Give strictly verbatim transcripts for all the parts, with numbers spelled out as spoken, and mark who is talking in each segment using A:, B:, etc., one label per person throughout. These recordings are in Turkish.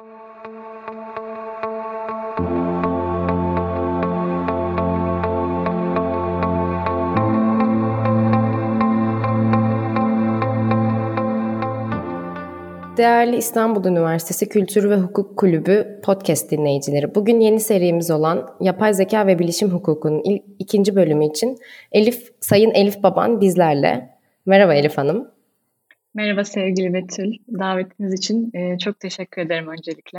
A: Değerli İstanbul Üniversitesi Kültür ve Hukuk Kulübü podcast dinleyicileri, bugün yeni serimiz olan Yapay Zeka ve Bilişim Hukuku'nun ilk, ikinci bölümü için Elif, Sayın Elif Baban bizlerle. Merhaba Elif Hanım.
B: Merhaba sevgili Betül. Davetiniz için e, çok teşekkür ederim öncelikle.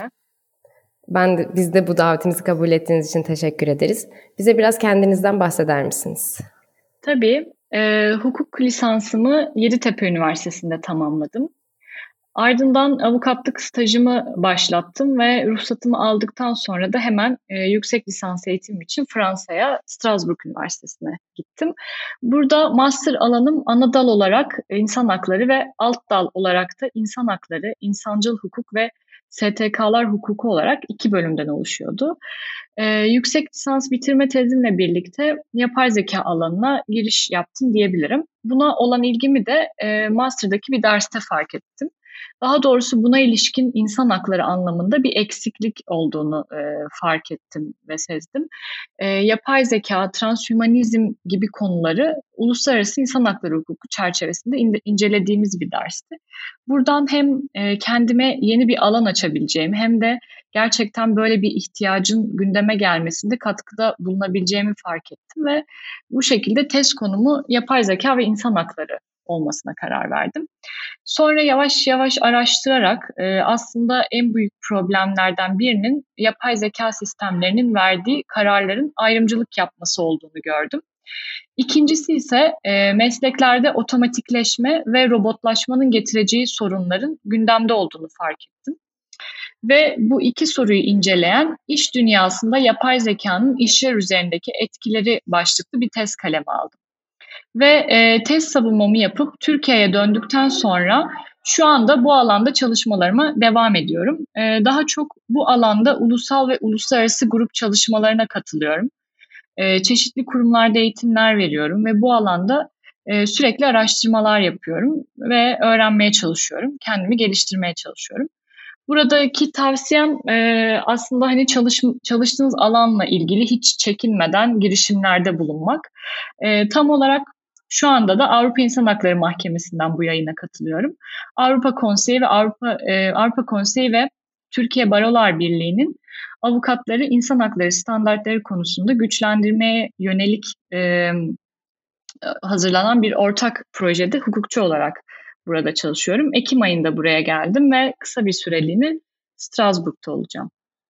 A: Ben de, biz de bu davetimizi kabul ettiğiniz için teşekkür ederiz. Bize biraz kendinizden bahseder misiniz?
B: Tabii. E, hukuk lisansımı Yeditepe Üniversitesi'nde tamamladım. Ardından avukatlık stajımı başlattım ve ruhsatımı aldıktan sonra da hemen e, yüksek lisans eğitimim için Fransa'ya, Strasbourg Üniversitesi'ne gittim. Burada master alanım ana dal olarak insan hakları ve alt dal olarak da insan hakları, insancıl hukuk ve S T K'lar hukuku olarak iki bölümden oluşuyordu. E, yüksek lisans bitirme tezimle birlikte yapay zeka alanına giriş yaptım diyebilirim. Buna olan ilgimi de e, master'daki bir derste fark ettim. Daha doğrusu buna ilişkin insan hakları anlamında bir eksiklik olduğunu e, fark ettim ve sezdim. E, yapay zeka, transhümanizm gibi konuları uluslararası insan hakları hukuku çerçevesinde in- incelediğimiz bir dersti. Buradan hem e, kendime yeni bir alan açabileceğim hem de gerçekten böyle bir ihtiyacın gündeme gelmesinde katkıda bulunabileceğimi fark ettim ve bu şekilde tez konumu yapay zeka ve insan hakları olmasına karar verdim. Sonra yavaş yavaş araştırarak e, aslında en büyük problemlerden birinin yapay zeka sistemlerinin verdiği kararların ayrımcılık yapması olduğunu gördüm. İkincisi ise e, mesleklerde otomatikleşme ve robotlaşmanın getireceği sorunların gündemde olduğunu fark ettim. Ve bu iki soruyu inceleyen iş dünyasında yapay zekanın işler üzerindeki etkileri başlıklı bir tez kaleme aldım. Ve e, tez savunmamı yapıp Türkiye'ye döndükten sonra şu anda bu alanda çalışmalarıma devam ediyorum. E, daha çok bu alanda ulusal ve uluslararası grup çalışmalarına katılıyorum. E, çeşitli kurumlarda eğitimler veriyorum ve bu alanda e, sürekli araştırmalar yapıyorum ve öğrenmeye çalışıyorum. Kendimi geliştirmeye çalışıyorum. Buradaki tavsiyem e, aslında hani çalış, çalıştığınız alanla ilgili hiç çekinmeden girişimlerde bulunmak. E, tam olarak şu anda da Avrupa İnsan Hakları Mahkemesi'nden bu yayına katılıyorum. Avrupa Konseyi ve Avrupa e, Avrupa Konseyi ve Türkiye Barolar Birliği'nin avukatları insan hakları standartları konusunda güçlendirmeye yönelik e, hazırlanan bir ortak projede hukukçu olarak burada çalışıyorum. Ekim ayında buraya geldim ve kısa bir süreliğine Strasbourg'da olacağım.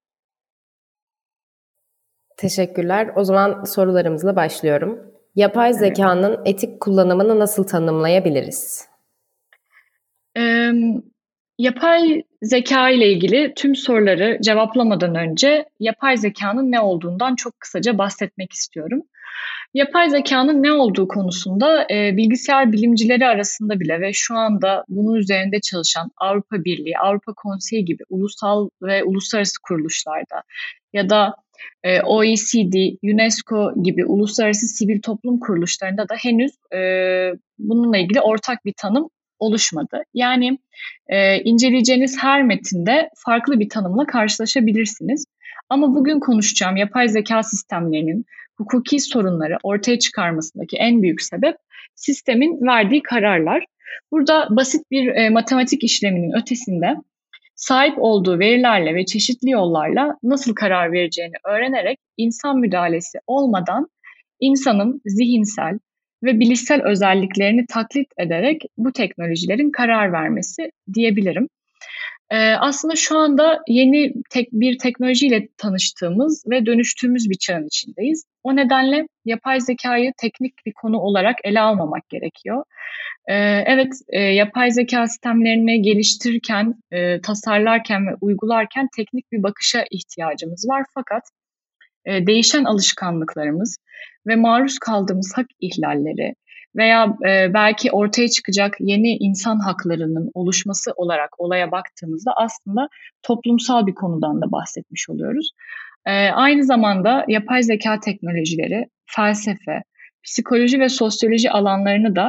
A: Teşekkürler. O zaman sorularımızla başlıyorum. Yapay evet. zekanın etik kullanımını nasıl tanımlayabiliriz?
B: Ee, yapay zeka ile ilgili tüm soruları cevaplamadan önce yapay zekanın ne olduğundan çok kısaca bahsetmek istiyorum. Yapay zekanın ne olduğu konusunda e, bilgisayar bilimcileri arasında bile ve şu anda bunun üzerinde çalışan Avrupa Birliği, Avrupa Konseyi gibi ulusal ve uluslararası kuruluşlarda ya da e, O E C D, UNESCO gibi uluslararası sivil toplum kuruluşlarında da henüz e, bununla ilgili ortak bir tanım oluşmadı. Yani e, inceleyeceğiniz her metinde farklı bir tanımla karşılaşabilirsiniz. Ama bugün konuşacağım yapay zeka sistemlerinin hukuki sorunları ortaya çıkarmasındaki en büyük sebep sistemin verdiği kararlar. Burada basit bir e, matematik işleminin ötesinde sahip olduğu verilerle ve çeşitli yollarla nasıl karar vereceğini öğrenerek insan müdahalesi olmadan insanın zihinsel ve bilişsel özelliklerini taklit ederek bu teknolojilerin karar vermesi diyebilirim. Ee, aslında şu anda yeni tek bir teknolojiyle tanıştığımız ve dönüştüğümüz bir çağın içindeyiz. O nedenle yapay zekayı teknik bir konu olarak ele almamak gerekiyor. Ee, evet, e, yapay zeka sistemlerini geliştirirken, e, tasarlarken ve uygularken teknik bir bakışa ihtiyacımız var. Fakat e, değişen alışkanlıklarımız ve maruz kaldığımız hak ihlalleri veya e, belki ortaya çıkacak yeni insan haklarının oluşması olarak olaya baktığımızda aslında toplumsal bir konudan da bahsetmiş oluyoruz. E, aynı zamanda yapay zeka teknolojileri, felsefe, psikoloji ve sosyoloji alanlarını da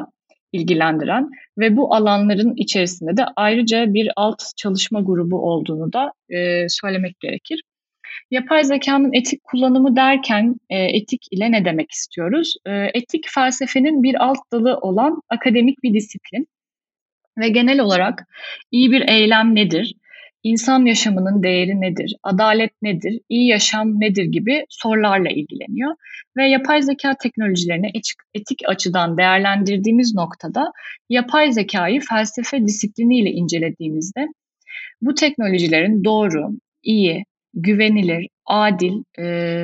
B: ilgilendiren ve bu alanların içerisinde de ayrıca bir alt çalışma grubu olduğunu da e, söylemek gerekir. Yapay zekanın etik kullanımı derken e, etik ile ne demek istiyoruz? E, etik felsefenin bir alt dalı olan akademik bir disiplin ve genel olarak iyi bir eylem nedir? İnsan yaşamının değeri nedir? Adalet nedir? İyi yaşam nedir gibi sorularla ilgileniyor. Ve yapay zeka teknolojilerini etik, etik açıdan değerlendirdiğimiz noktada yapay zekayı felsefe disipliniyle incelediğimizde bu teknolojilerin doğru, iyi, güvenilir, adil e,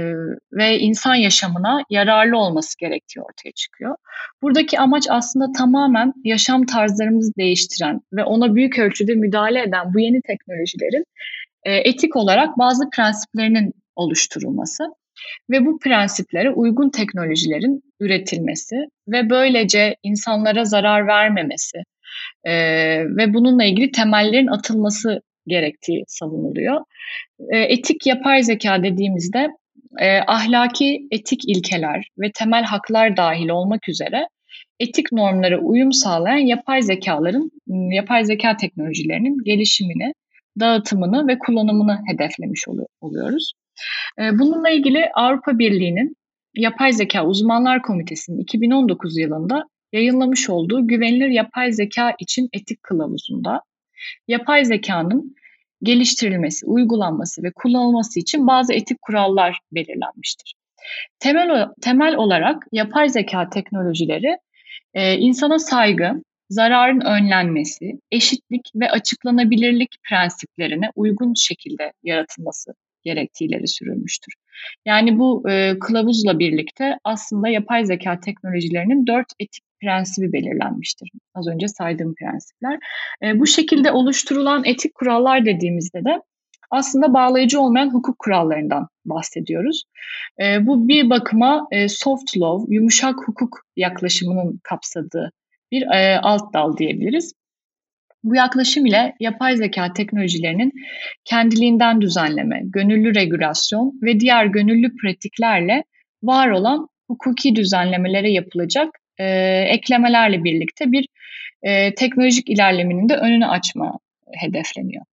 B: ve insan yaşamına yararlı olması gerektiği ortaya çıkıyor. Buradaki amaç aslında tamamen yaşam tarzlarımızı değiştiren ve ona büyük ölçüde müdahale eden bu yeni teknolojilerin e, etik olarak bazı prensiplerinin oluşturulması ve bu prensiplere uygun teknolojilerin üretilmesi ve böylece insanlara zarar vermemesi e, ve bununla ilgili temellerin atılması gerektiği savunuluyor. E, etik yapay zeka dediğimizde e, ahlaki etik ilkeler ve temel haklar dahil olmak üzere etik normlara uyum sağlayan yapay zekaların, yapay zeka teknolojilerinin gelişimini, dağıtımını ve kullanımını hedeflemiş oluyoruz. E, bununla ilgili Avrupa Birliği'nin Yapay Zeka Uzmanlar Komitesi'nin iki bin on dokuz yılında yayınlamış olduğu Güvenilir Yapay Zeka için Etik Kılavuzu'nda yapay zekanın geliştirilmesi, uygulanması ve kullanılması için bazı etik kurallar belirlenmiştir. Temel, temel olarak yapay zeka teknolojileri e, insana saygı, zararın önlenmesi, eşitlik ve açıklanabilirlik prensiplerine uygun şekilde yaratılması gerektiğileri sürülmüştür. Yani bu e, kılavuzla birlikte aslında yapay zeka teknolojilerinin dört etik prensibi belirlenmiştir. Az önce saydığım prensipler. E, bu şekilde oluşturulan etik kurallar dediğimizde de aslında bağlayıcı olmayan hukuk kurallarından bahsediyoruz. E, bu bir bakıma e, soft law, yumuşak hukuk yaklaşımının kapsadığı bir e, alt dal diyebiliriz. Bu yaklaşım ile yapay zeka teknolojilerinin kendiliğinden düzenleme, gönüllü regülasyon ve diğer gönüllü pratiklerle var olan hukuki düzenlemelere yapılacak e, eklemelerle birlikte bir e, teknolojik ilerlemenin de önünü açma hedefleniyor.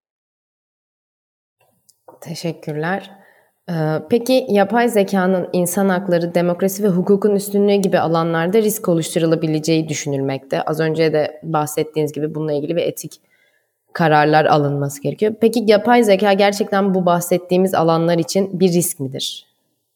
A: Teşekkürler. Peki yapay zekanın insan hakları, demokrasi ve hukukun üstünlüğü gibi alanlarda risk oluşturulabileceği düşünülmekte. Az önce de bahsettiğiniz gibi bununla ilgili bir etik kararlar alınması gerekiyor. Peki yapay zeka gerçekten bu bahsettiğimiz alanlar için bir risk midir?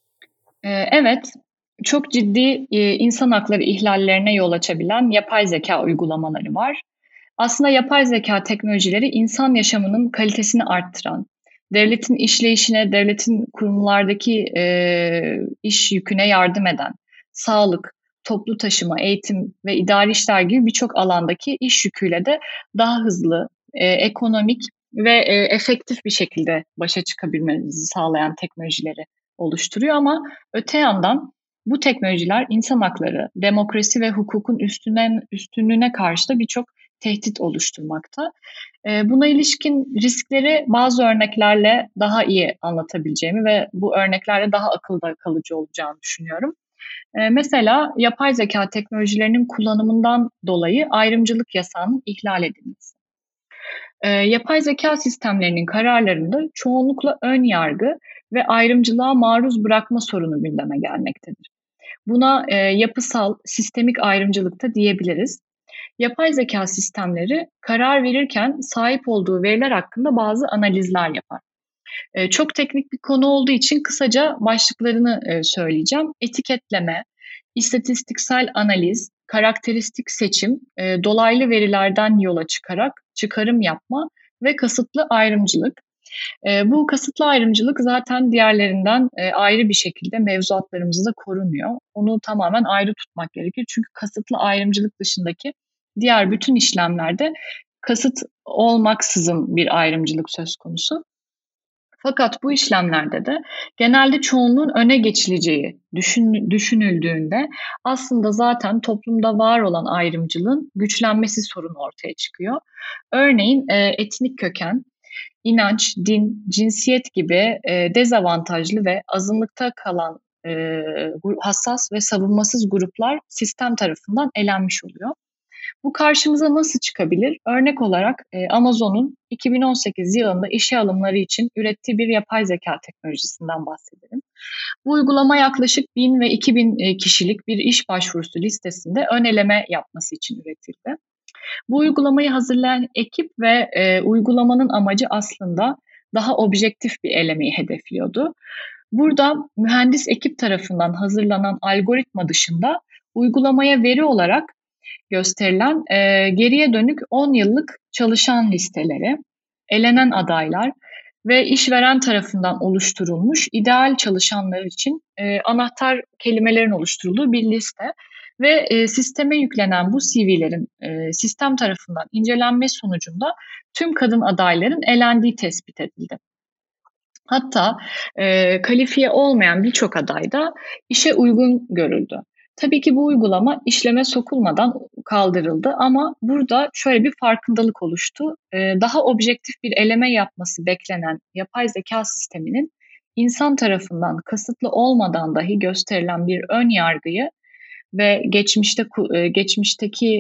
B: Evet, çok ciddi insan hakları ihlallerine yol açabilen yapay zeka uygulamaları var. Aslında yapay zeka teknolojileri insan yaşamının kalitesini arttıran, devletin işleyişine, devletin kurumlardaki e, iş yüküne yardım eden, sağlık, toplu taşıma, eğitim ve idari işler gibi birçok alandaki iş yüküyle de daha hızlı, e, ekonomik ve e, efektif bir şekilde başa çıkabilmenizi sağlayan teknolojileri oluşturuyor. Ama öte yandan bu teknolojiler insan hakları, demokrasi ve hukukun üstüne, üstünlüğüne karşı da birçok tehdit oluşturmakta. Buna ilişkin riskleri bazı örneklerle daha iyi anlatabileceğimi ve bu örneklerle daha akılda kalıcı olacağını düşünüyorum. Mesela yapay zeka teknolojilerinin kullanımından dolayı ayrımcılık yasağının ihlal edilmesi. Yapay zeka sistemlerinin kararlarında çoğunlukla ön yargı ve ayrımcılığa maruz bırakma sorunu gündeme gelmektedir. Buna yapısal, sistemik ayrımcılık da diyebiliriz. Yapay zeka sistemleri karar verirken sahip olduğu veriler hakkında bazı analizler yapar. Ee, çok teknik bir konu olduğu için kısaca başlıklarını e, söyleyeceğim. Etiketleme, istatistiksel analiz, karakteristik seçim, e, dolaylı verilerden yola çıkarak çıkarım yapma ve kasıtlı ayrımcılık. E, bu kasıtlı ayrımcılık zaten diğerlerinden e, ayrı bir şekilde mevzuatlarımızda korunuyor. Onu tamamen ayrı tutmak gerekir. Çünkü kasıtlı ayrımcılık dışındaki diğer bütün işlemlerde kasıt olmaksızın bir ayrımcılık söz konusu. Fakat bu işlemlerde de genelde çoğunluğun öne geçileceği düşün, düşünüldüğünde aslında zaten toplumda var olan ayrımcılığın güçlenmesi sorunu ortaya çıkıyor. Örneğin e, etnik köken, inanç, din, cinsiyet gibi e, dezavantajlı ve azınlıkta kalan e, hassas ve savunmasız gruplar sistem tarafından elenmiş oluyor. Bu karşımıza nasıl çıkabilir? Örnek olarak e, Amazon'un iki bin on sekiz yılında işe alımları için ürettiği bir yapay zeka teknolojisinden bahsedelim. Bu uygulama yaklaşık bin ve iki bin kişilik bir iş başvurusu listesinde ön eleme yapması için üretildi. Bu uygulamayı hazırlayan ekip ve e, uygulamanın amacı aslında daha objektif bir elemeyi hedefliyordu. Burada mühendis ekip tarafından hazırlanan algoritma dışında uygulamaya veri olarak gösterilen e, geriye dönük on yıllık çalışan listeleri, elenen adaylar ve işveren tarafından oluşturulmuş ideal çalışanlar için e, anahtar kelimelerin oluşturulduğu bir liste ve e, sisteme yüklenen bu C V'lerin e, sistem tarafından incelenme sonucunda tüm kadın adayların elendiği tespit edildi. Hatta e, kalifiye olmayan birçok aday da işe uygun görüldü. Tabii ki bu uygulama işleme sokulmadan kaldırıldı ama burada şöyle bir farkındalık oluştu. Ee, daha objektif bir eleme yapması beklenen yapay zeka sisteminin insan tarafından kasıtlı olmadan dahi gösterilen bir ön yargıyı ve geçmişte geçmişteki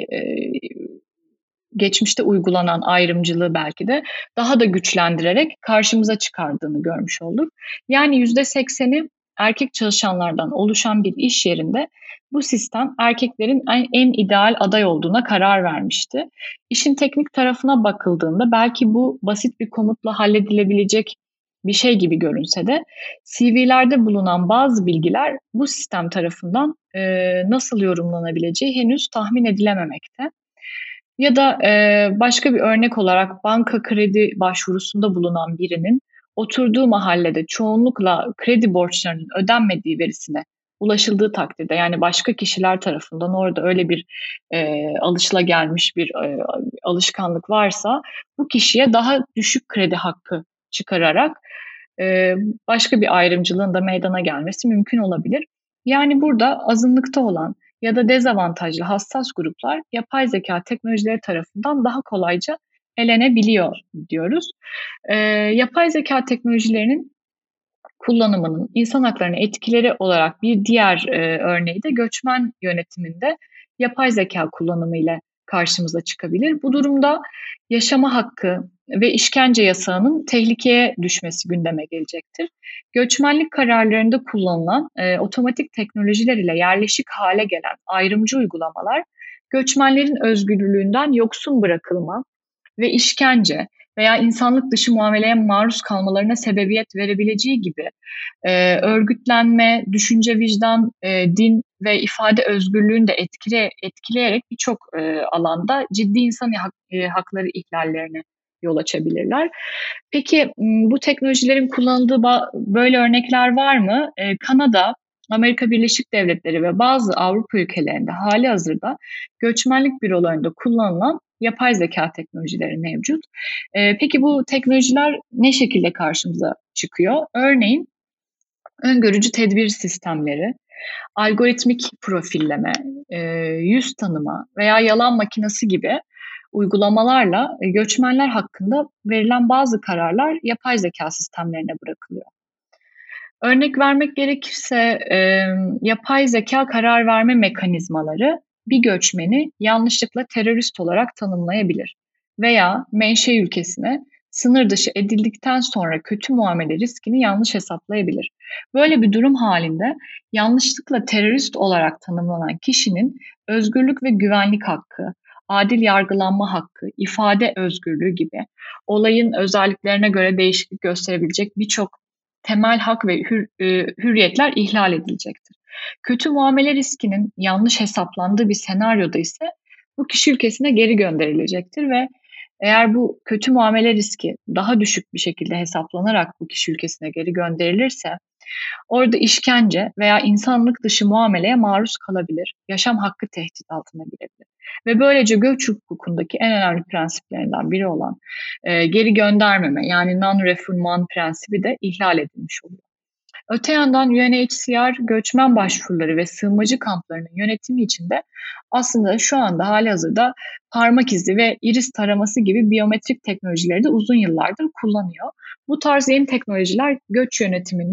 B: geçmişte uygulanan ayrımcılığı belki de daha da güçlendirerek karşımıza çıkardığını görmüş olduk. Yani yüzde sekseni erkek çalışanlardan oluşan bir iş yerinde bu sistem erkeklerin en, en ideal aday olduğuna karar vermişti. İşin teknik tarafına bakıldığında belki bu basit bir komutla halledilebilecek bir şey gibi görünse de C V'lerde bulunan bazı bilgiler bu sistem tarafından e, nasıl yorumlanabileceği henüz tahmin edilememekte. Ya da e, başka bir örnek olarak banka kredi başvurusunda bulunan birinin oturduğu mahallede çoğunlukla kredi borçlarının ödenmediği verisine ulaşıldığı takdirde, yani başka kişiler tarafından orada öyle bir e, alışılagelmiş bir e, alışkanlık varsa bu kişiye daha düşük kredi hakkı çıkararak e, başka bir ayrımcılığın da meydana gelmesi mümkün olabilir. Yani burada azınlıkta olan ya da dezavantajlı hassas gruplar yapay zeka teknolojileri tarafından daha kolayca elenebiliyor diyoruz. E, yapay zeka teknolojilerinin kullanımının insan haklarına etkileri olarak bir diğer e, örneği de göçmen yönetiminde yapay zeka kullanımı ile karşımıza çıkabilir. Bu durumda yaşama hakkı ve işkence yasağının tehlikeye düşmesi gündeme gelecektir. Göçmenlik kararlarında kullanılan e, otomatik teknolojiler ile yerleşik hale gelen ayrımcı uygulamalar, göçmenlerin özgürlüğünden yoksun bırakılma ve işkence veya insanlık dışı muameleye maruz kalmalarına sebebiyet verebileceği gibi e, örgütlenme, düşünce, vicdan, e, din ve ifade özgürlüğünü de etkile, etkileyerek birçok e, alanda ciddi insan hak, e, hakları ihlallerine yol açabilirler. Peki bu teknolojilerin kullanıldığı böyle örnekler var mı? E, Kanada, Amerika Birleşik Devletleri ve bazı Avrupa ülkelerinde hali hazırda göçmenlik bürolarında kullanılan yapay zeka teknolojileri mevcut. E, peki bu teknolojiler ne şekilde karşımıza çıkıyor? Örneğin öngörücü tedbir sistemleri, algoritmik profilleme, e, yüz tanıma veya yalan makinesi gibi uygulamalarla göçmenler hakkında verilen bazı kararlar yapay zeka sistemlerine bırakılıyor. Örnek vermek gerekirse e, yapay zeka karar verme mekanizmaları bir göçmeni yanlışlıkla terörist olarak tanımlayabilir veya menşe ülkesine sınır dışı edildikten sonra kötü muamele riskini yanlış hesaplayabilir. Böyle bir durum halinde yanlışlıkla terörist olarak tanımlanan kişinin özgürlük ve güvenlik hakkı, adil yargılanma hakkı, ifade özgürlüğü gibi olayın özelliklerine göre değişiklik gösterebilecek birçok temel hak ve hür, e, hürriyetler ihlal edilecektir. Kötü muamele riskinin yanlış hesaplandığı bir senaryoda ise bu kişi ülkesine geri gönderilecektir ve eğer bu kötü muamele riski daha düşük bir şekilde hesaplanarak bu kişi ülkesine geri gönderilirse orada işkence veya insanlık dışı muameleye maruz kalabilir, yaşam hakkı tehdit altına girebilir. Ve böylece göç hukukundaki en önemli prensiplerinden biri olan e, geri göndermeme, yani non-refoulement prensibi de ihlal edilmiş oluyor. Öte yandan U N H C R göçmen başvuruları ve sığınmacı kamplarının yönetimi için de aslında şu anda halihazırda parmak izi ve iris taraması gibi biyometrik teknolojileri de uzun yıllardır kullanıyor. Bu tarz yeni teknolojiler göç yönetiminde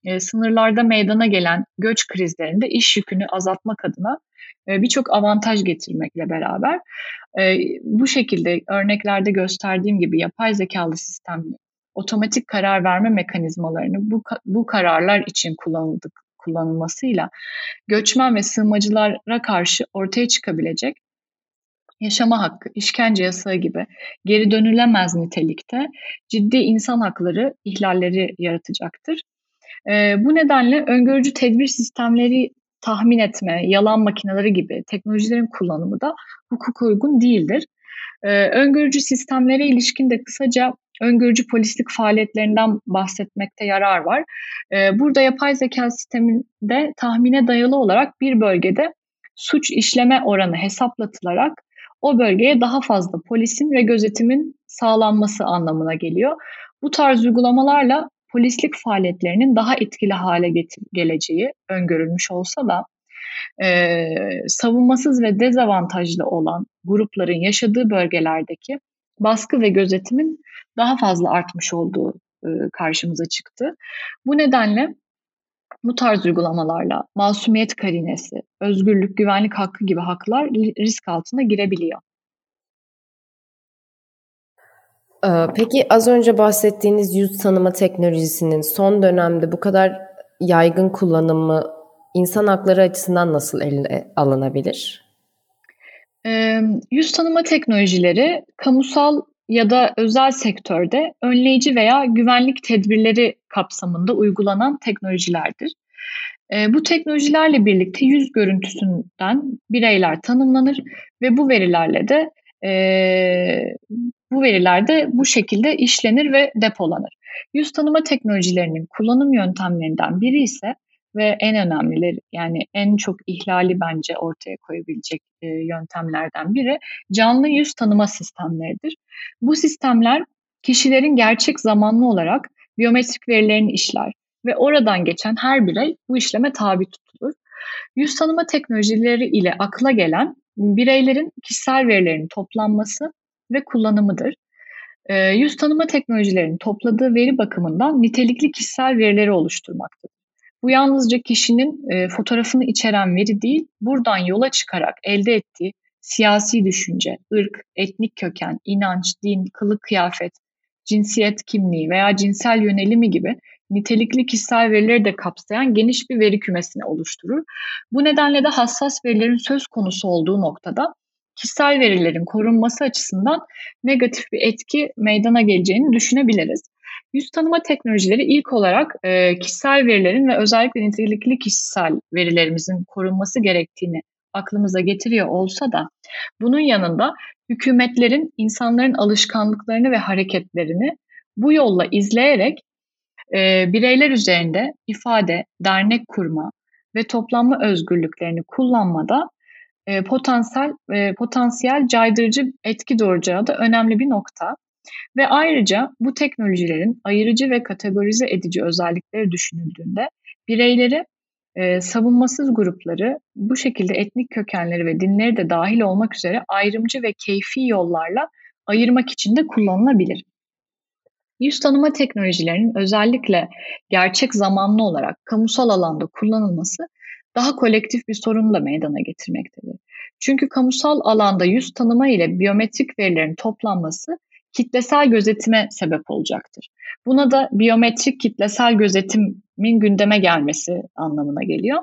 B: e, sınırlarda meydana gelen göç krizlerinde iş yükünü azaltmak adına e, birçok avantaj getirmekle beraber e, bu şekilde örneklerde gösterdiğim gibi yapay zekalı sistemli otomatik karar verme mekanizmalarını bu, bu kararlar için kullanıldık, kullanılmasıyla göçmen ve sığınmacılara karşı ortaya çıkabilecek yaşama hakkı, işkence yasağı gibi geri dönülemez nitelikte ciddi insan hakları ihlalleri yaratacaktır. E, bu nedenle öngörücü tedbir sistemleri tahmin etme, yalan makineleri gibi teknolojilerin kullanımı da hukuka uygun değildir. E, öngörücü sistemlere ilişkin de kısaca öngörücü polislik faaliyetlerinden bahsetmekte yarar var. E, burada yapay zeka sisteminde tahmine dayalı olarak bir bölgede suç işleme oranı hesaplatılarak o bölgeye daha fazla polisin ve gözetimin sağlanması anlamına geliyor. Bu tarz uygulamalarla polislik faaliyetlerinin daha etkili hale getir- geleceği öngörülmüş olsa da e, savunmasız ve dezavantajlı olan grupların yaşadığı bölgelerdeki baskı ve gözetimin daha fazla artmış olduğu e, karşımıza çıktı. Bu nedenle bu tarz uygulamalarla masumiyet karinesi, özgürlük, güvenlik hakkı gibi haklar risk altına girebiliyor.
A: Peki az önce bahsettiğiniz yüz tanıma teknolojisinin son dönemde bu kadar yaygın kullanımı insan hakları açısından nasıl eline alınabilir?
B: E, yüz tanıma teknolojileri kamusal ya da özel sektörde önleyici veya güvenlik tedbirleri kapsamında uygulanan teknolojilerdir. E, bu teknolojilerle birlikte yüz görüntüsünden bireyler tanımlanır ve bu verilerle de e, bu veriler de bu şekilde işlenir ve depolanır. Yüz tanıma teknolojilerinin kullanım yöntemlerinden biri ise ve en önemlileri, yani en çok ihlali bence ortaya koyabilecek e, yöntemlerden biri canlı yüz tanıma sistemleridir. Bu sistemler kişilerin gerçek zamanlı olarak biyometrik verilerini işler ve oradan geçen her birey bu işleme tabi tutulur. Yüz tanıma teknolojileri ile akla gelen bireylerin kişisel verilerinin toplanması ve kullanımıdır. E, yüz tanıma teknolojilerinin topladığı veri bakımından nitelikli kişisel verileri oluşturmaktadır. Bu yalnızca kişinin e, fotoğrafını içeren veri değil, buradan yola çıkarak elde ettiği siyasi düşünce, ırk, etnik köken, inanç, din, kılık kıyafet, cinsiyet kimliği veya cinsel yönelimi gibi nitelikli kişisel verileri de kapsayan geniş bir veri kümesini oluşturur. Bu nedenle de hassas verilerin söz konusu olduğu noktada kişisel verilerin korunması açısından negatif bir etki meydana geleceğini düşünebiliriz. Yüz tanıma teknolojileri ilk olarak e, kişisel verilerin ve özellikle nitelikli kişisel verilerimizin korunması gerektiğini aklımıza getiriyor olsa da bunun yanında hükümetlerin insanların alışkanlıklarını ve hareketlerini bu yolla izleyerek e, bireyler üzerinde ifade, dernek kurma ve toplanma özgürlüklerini kullanmada e, potansiyel e, potansiyel caydırıcı etki doğuracağı da önemli bir nokta. Ve ayrıca bu teknolojilerin ayırıcı ve kategorize edici özellikleri düşünüldüğünde bireyleri, e, savunmasız grupları, bu şekilde etnik kökenleri ve dinleri de dahil olmak üzere ayrımcı ve keyfi yollarla ayırmak için de kullanılabilir. Yüz tanıma teknolojilerinin özellikle gerçek zamanlı olarak kamusal alanda kullanılması daha kolektif bir sorunu da meydana getirmektedir. Çünkü kamusal alanda yüz tanıma ile biyometrik verilerin toplanması kitlesel gözetime sebep olacaktır. Buna da biyometrik kitlesel gözetimin gündeme gelmesi anlamına geliyor.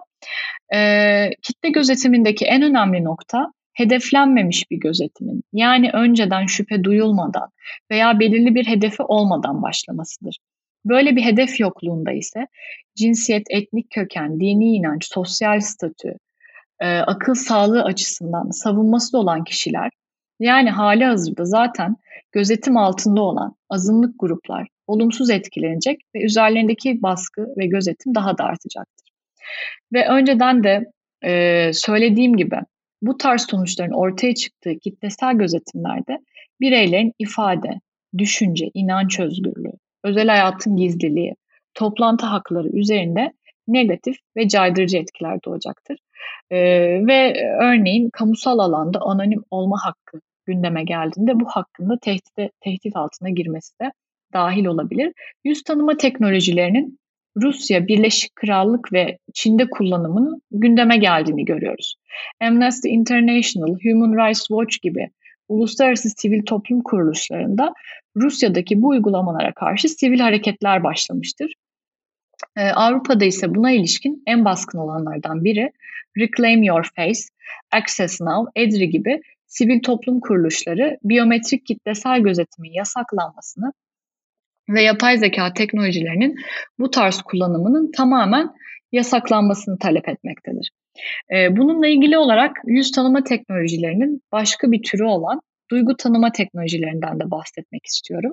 B: Ee, kitle gözetimindeki en önemli nokta hedeflenmemiş bir gözetimin, yani önceden şüphe duyulmadan veya belirli bir hedefi olmadan başlamasıdır. Böyle bir hedef yokluğunda ise cinsiyet, etnik köken, dini inanç, sosyal statü, e, akıl sağlığı açısından savunmasız olan kişiler, yani hali hazırda zaten gözetim altında olan azınlık gruplar olumsuz etkilenecek ve üzerlerindeki baskı ve gözetim daha da artacaktır. Ve önceden de e, söylediğim gibi bu tarz sonuçların ortaya çıktığı kitlesel gözetimlerde bireylerin ifade, düşünce, inanç özgürlüğü, özel hayatın gizliliği, toplantı hakları üzerinde negatif ve caydırıcı etkiler doğacaktır. Ee, ve örneğin kamusal alanda anonim olma hakkı gündeme geldiğinde bu hakkın da tehdit, tehdit altına girmesi de dahil olabilir. Yüz tanıma teknolojilerinin Rusya, Birleşik Krallık ve Çin'de kullanımının gündeme geldiğini görüyoruz. Amnesty International, Human Rights Watch gibi uluslararası sivil toplum kuruluşlarında Rusya'daki bu uygulamalara karşı sivil hareketler başlamıştır. Ee, Avrupa'da ise buna ilişkin en baskın olanlardan biri Reclaim Your Face, Access Now, E D R I gibi sivil toplum kuruluşları biyometrik kitlesel gözetimin yasaklanmasını ve yapay zeka teknolojilerinin bu tarz kullanımının tamamen yasaklanmasını talep etmektedir. Ee, bununla ilgili olarak yüz tanıma teknolojilerinin başka bir türü olan duygu tanıma teknolojilerinden de bahsetmek istiyorum.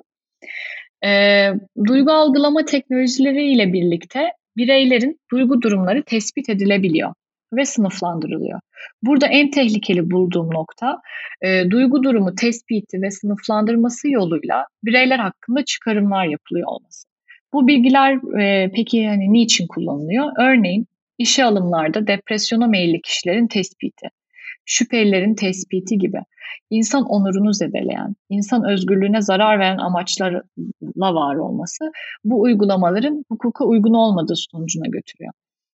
B: E, duygu algılama teknolojileri ile birlikte bireylerin duygu durumları tespit edilebiliyor ve sınıflandırılıyor. Burada en tehlikeli bulduğum nokta e, duygu durumu tespiti ve sınıflandırması yoluyla bireyler hakkında çıkarımlar yapılıyor olması. Bu bilgiler e, peki yani niçin kullanılıyor? Örneğin işe alımlarda depresyona meyilli kişilerin tespiti, şüphelilerin tespiti gibi insan onurunu zedeleyen, insan özgürlüğüne zarar veren amaçlarla var olması bu uygulamaların hukuka uygun olmadığı sonucuna götürüyor.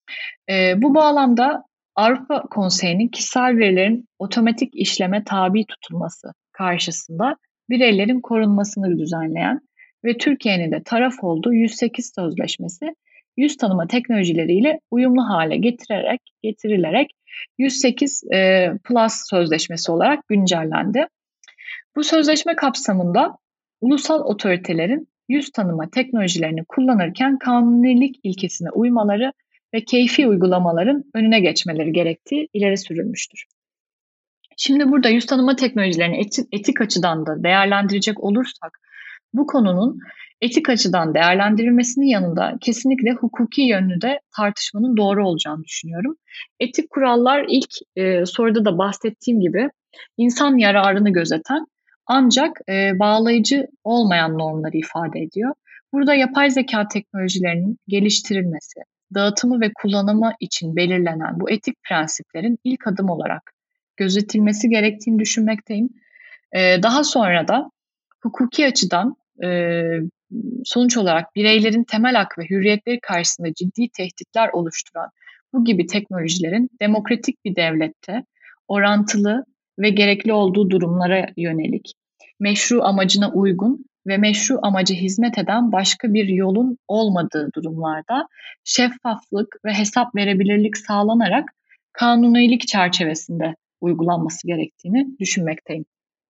B: E, bu bağlamda Avrupa Konseyi'nin kişisel verilerin otomatik işleme tabi tutulması karşısında bireylerin korunmasını düzenleyen ve Türkiye'nin de taraf olduğu yüz sekiz sözleşmesi yüz tanıma teknolojileriyle uyumlu hale getirerek getirilerek yüz sekiz e, Plus sözleşmesi olarak güncellendi. Bu sözleşme kapsamında ulusal otoritelerin yüz tanıma teknolojilerini kullanırken kanunilik ilkesine uymaları ve keyfi uygulamaların önüne geçmeleri gerektiği ileri sürülmüştür. Şimdi burada yüz tanıma teknolojilerini etik, etik açıdan da değerlendirecek olursak bu konunun etik açıdan değerlendirilmesinin yanında kesinlikle hukuki yönünü de tartışmanın doğru olacağını düşünüyorum. Etik kurallar ilk e, soruda da bahsettiğim gibi insan yararını gözeten ancak e, bağlayıcı olmayan normları ifade ediyor. Burada yapay zeka teknolojilerinin geliştirilmesi, dağıtımı ve kullanımı için belirlenen bu etik prensiplerin ilk adım olarak gözetilmesi gerektiğini düşünmekteyim. E, daha sonra da hukuki açıdan e, sonuç olarak bireylerin temel hak ve hürriyetleri karşısında ciddi tehditler oluşturan bu gibi teknolojilerin demokratik bir devlette orantılı ve gerekli olduğu durumlara yönelik, meşru amacına uygun ve meşru amaca hizmet eden başka bir yolun olmadığı durumlarda şeffaflık ve hesap verebilirlik sağlanarak kanunilik çerçevesinde uygulanması gerektiğini düşünmekteyim.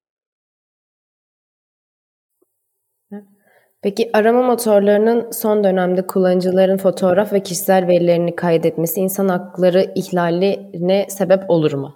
A: Peki arama motorlarının son dönemde kullanıcıların fotoğraf ve kişisel verilerini kaydetmesi insan hakları ihlaline sebep olur mu?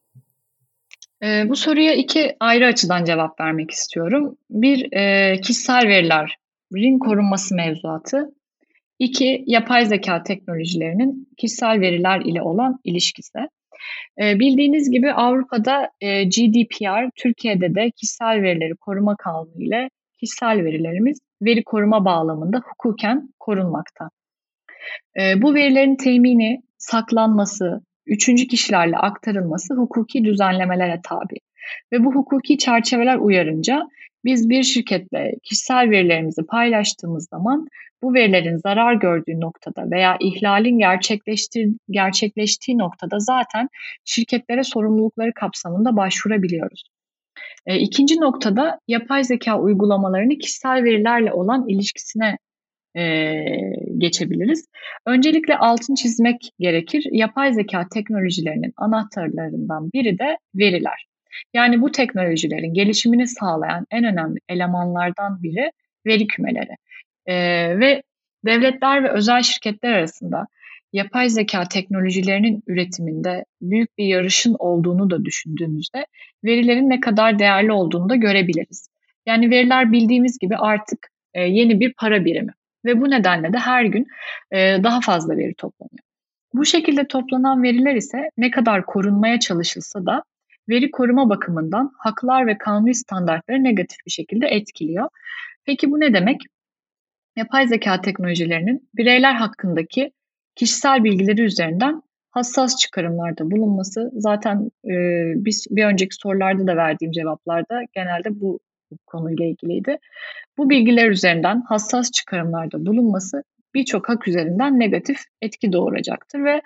B: E, bu soruya iki ayrı açıdan cevap vermek istiyorum. Bir, e, kişisel verilerin korunması mevzuatı. İki, yapay zeka teknolojilerinin kişisel veriler ile olan ilişkisi. E, bildiğiniz gibi Avrupa'da e, G D P R, Türkiye'de de kişisel verileri koruma kanunu ile kişisel verilerimiz veri koruma bağlamında hukuken korunmakta. E, bu verilerin temini, saklanması, üçüncü kişilerle aktarılması hukuki düzenlemelere tabi. Ve bu hukuki çerçeveler uyarınca biz bir şirketle kişisel verilerimizi paylaştığımız zaman bu verilerin zarar gördüğü noktada veya ihlalin gerçekleştiği, gerçekleştiği noktada zaten şirketlere sorumlulukları kapsamında başvurabiliyoruz. E, ikinci noktada yapay zeka uygulamalarını kişisel verilerle olan ilişkisine e, geçebiliriz. Öncelikle altını çizmek gerekir. Yapay zeka teknolojilerinin anahtarlarından biri de veriler. Yani bu teknolojilerin gelişimini sağlayan en önemli elemanlardan biri veri kümeleri. E, ve devletler ve özel şirketler arasında yapay zeka teknolojilerinin üretiminde büyük bir yarışın olduğunu da düşündüğümüzde verilerin ne kadar değerli olduğunu da görebiliriz. Yani veriler bildiğimiz gibi artık e, yeni bir para birimi ve bu nedenle de her gün e, daha fazla veri toplanıyor. Bu şekilde toplanan veriler ise ne kadar korunmaya çalışılsa da veri koruma bakımından haklar ve kanuni standartları negatif bir şekilde etkiliyor. Peki bu ne demek? Yapay zeka teknolojilerinin bireyler hakkındaki kişisel bilgileri üzerinden hassas çıkarımlarda bulunması zaten e, biz bir önceki sorularda da verdiğim cevaplarda genelde bu konuyla ilgiliydi. Bu bilgiler üzerinden hassas çıkarımlarda bulunması birçok hak üzerinden negatif etki doğuracaktır ve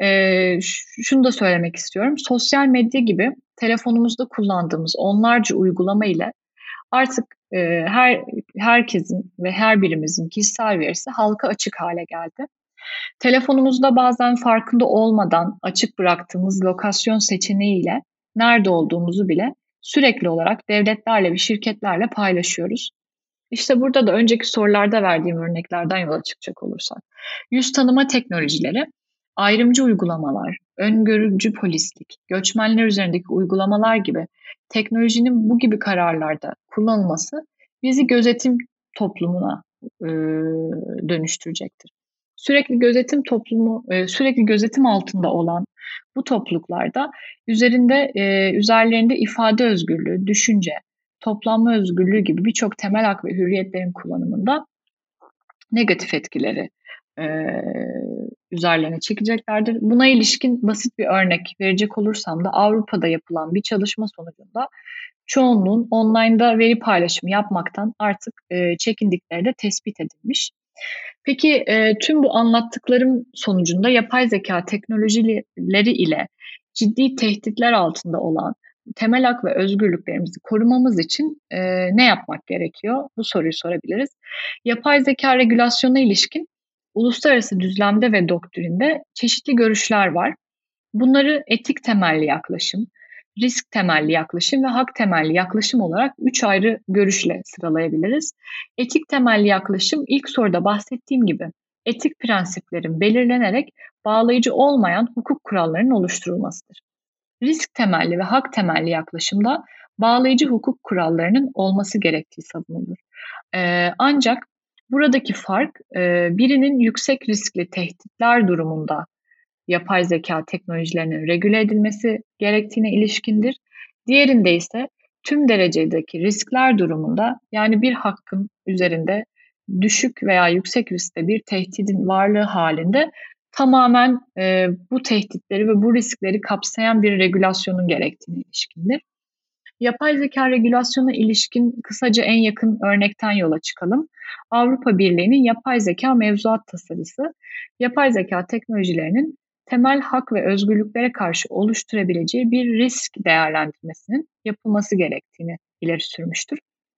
B: e, şunu da söylemek istiyorum. Sosyal medya gibi telefonumuzda kullandığımız onlarca uygulama ile artık e, her herkesin ve her birimizin kişisel verisi halka açık hale geldi. Telefonumuzda bazen farkında olmadan açık bıraktığımız lokasyon seçeneğiyle nerede olduğumuzu bile sürekli olarak devletlerle ve şirketlerle paylaşıyoruz. İşte burada da önceki sorularda verdiğim örneklerden yola çıkacak olursak, yüz tanıma teknolojileri, ayrımcı uygulamalar, öngörücü polislik, göçmenler üzerindeki uygulamalar gibi teknolojinin bu gibi kararlarda kullanılması bizi gözetim toplumuna e, dönüştürecektir. Sürekli gözetim toplumu, e, sürekli gözetim altında olan bu topluluklarda üzerinde e, üzerlerinde ifade özgürlüğü, düşünce, toplanma özgürlüğü gibi birçok temel hak ve hürriyetlerin kullanımında negatif etkileri e, üzerlerine çekeceklerdir. Buna ilişkin basit bir örnek verecek olursam da Avrupa'da yapılan bir çalışma sonucunda çoğunluğun online'da veri paylaşımı yapmaktan artık e, çekindikleri de tespit edilmiş. Peki e, tüm bu anlattıklarım sonucunda yapay zeka teknolojileri ile ciddi tehditler altında olan temel hak ve özgürlüklerimizi korumamız için e, ne yapmak gerekiyor? Bu soruyu sorabiliriz. Yapay zeka regülasyona ilişkin uluslararası düzlemde ve doktrinde çeşitli görüşler var. Bunları etik temelli yaklaşım, risk temelli yaklaşım ve hak temelli yaklaşım olarak üç ayrı görüşle sıralayabiliriz. Etik temelli yaklaşım ilk soruda bahsettiğim gibi etik prensiplerin belirlenerek bağlayıcı olmayan hukuk kurallarının oluşturulmasıdır. Risk temelli ve hak temelli yaklaşımda bağlayıcı hukuk kurallarının olması gerektiği savunulur. Ee, ancak buradaki fark e, birinin yüksek riskli tehditler durumunda yapay zeka teknolojilerinin regüle edilmesi gerektiğine ilişkindir. Diğerinde ise tüm derecedeki riskler durumunda, yani bir hakkın üzerinde düşük veya yüksek riskte bir tehdidin varlığı halinde tamamen e, bu tehditleri ve bu riskleri kapsayan bir regülasyonun gerektiğine ilişkindir. Yapay zeka regülasyona ilişkin kısaca en yakın örnekten yola çıkalım. Avrupa Birliği'nin yapay zeka mevzuat tasarısı, yapay zeka teknolojilerinin temel hak ve özgürlüklere karşı oluşturabileceği bir risk değerlendirmesinin yapılması gerektiğini ileri sürmüştür.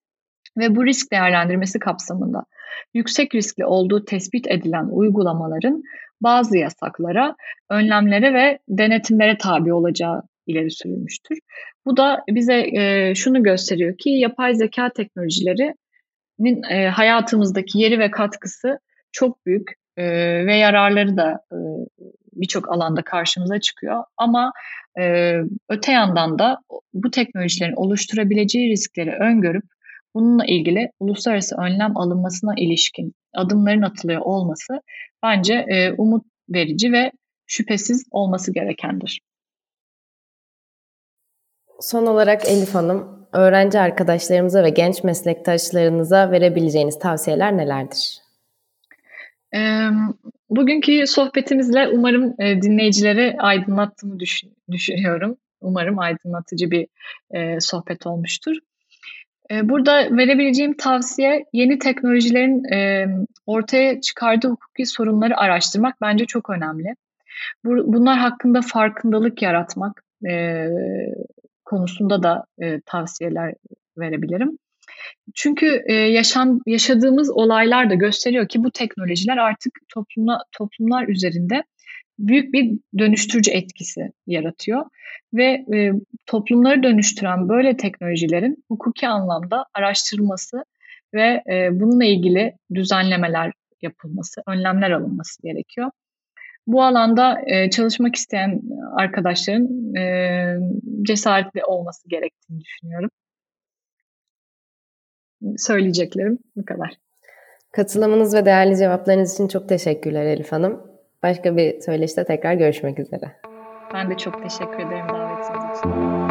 B: Ve bu risk değerlendirmesi kapsamında yüksek riskli olduğu tespit edilen uygulamaların bazı yasaklara, önlemlere ve denetimlere tabi olacağı ileri sürülmüştür. Bu da bize e, şunu gösteriyor ki yapay zeka teknolojilerinin e, hayatımızdaki yeri ve katkısı çok büyük e, ve yararları da e, birçok alanda karşımıza çıkıyor. Ama e, öte yandan da bu teknolojilerin oluşturabileceği riskleri öngörüp bununla ilgili uluslararası önlem alınmasına ilişkin adımların atılıyor olması bence e, umut verici ve şüphesiz olması gerekendir.
A: Son olarak Elif Hanım, öğrenci arkadaşlarımıza ve genç meslektaşlarınıza verebileceğiniz tavsiyeler nelerdir?
B: E, bugünkü sohbetimizle umarım e, dinleyicileri aydınlattığımı düşün, düşünüyorum. Umarım aydınlatıcı bir e, sohbet olmuştur. Burada verebileceğim tavsiye yeni teknolojilerin e, ortaya çıkardığı hukuki sorunları araştırmak bence çok önemli. Bu, bunlar hakkında farkındalık yaratmak e, konusunda da e, tavsiyeler verebilirim. Çünkü e, yaşam, yaşadığımız olaylar da gösteriyor ki bu teknolojiler artık toplumla, toplumlar üzerinde büyük bir dönüştürücü etkisi yaratıyor ve e, toplumları dönüştüren böyle teknolojilerin hukuki anlamda araştırılması ve e, bununla ilgili düzenlemeler yapılması, önlemler alınması gerekiyor. Bu alanda e, çalışmak isteyen arkadaşların e, cesaretli olması gerektiğini düşünüyorum. Söyleyeceklerim bu kadar.
A: Katılımınız ve değerli cevaplarınız için çok teşekkürler Elif Hanım. Başka bir söyleşte tekrar görüşmek üzere.
B: Ben de çok teşekkür ederim davetiniz için.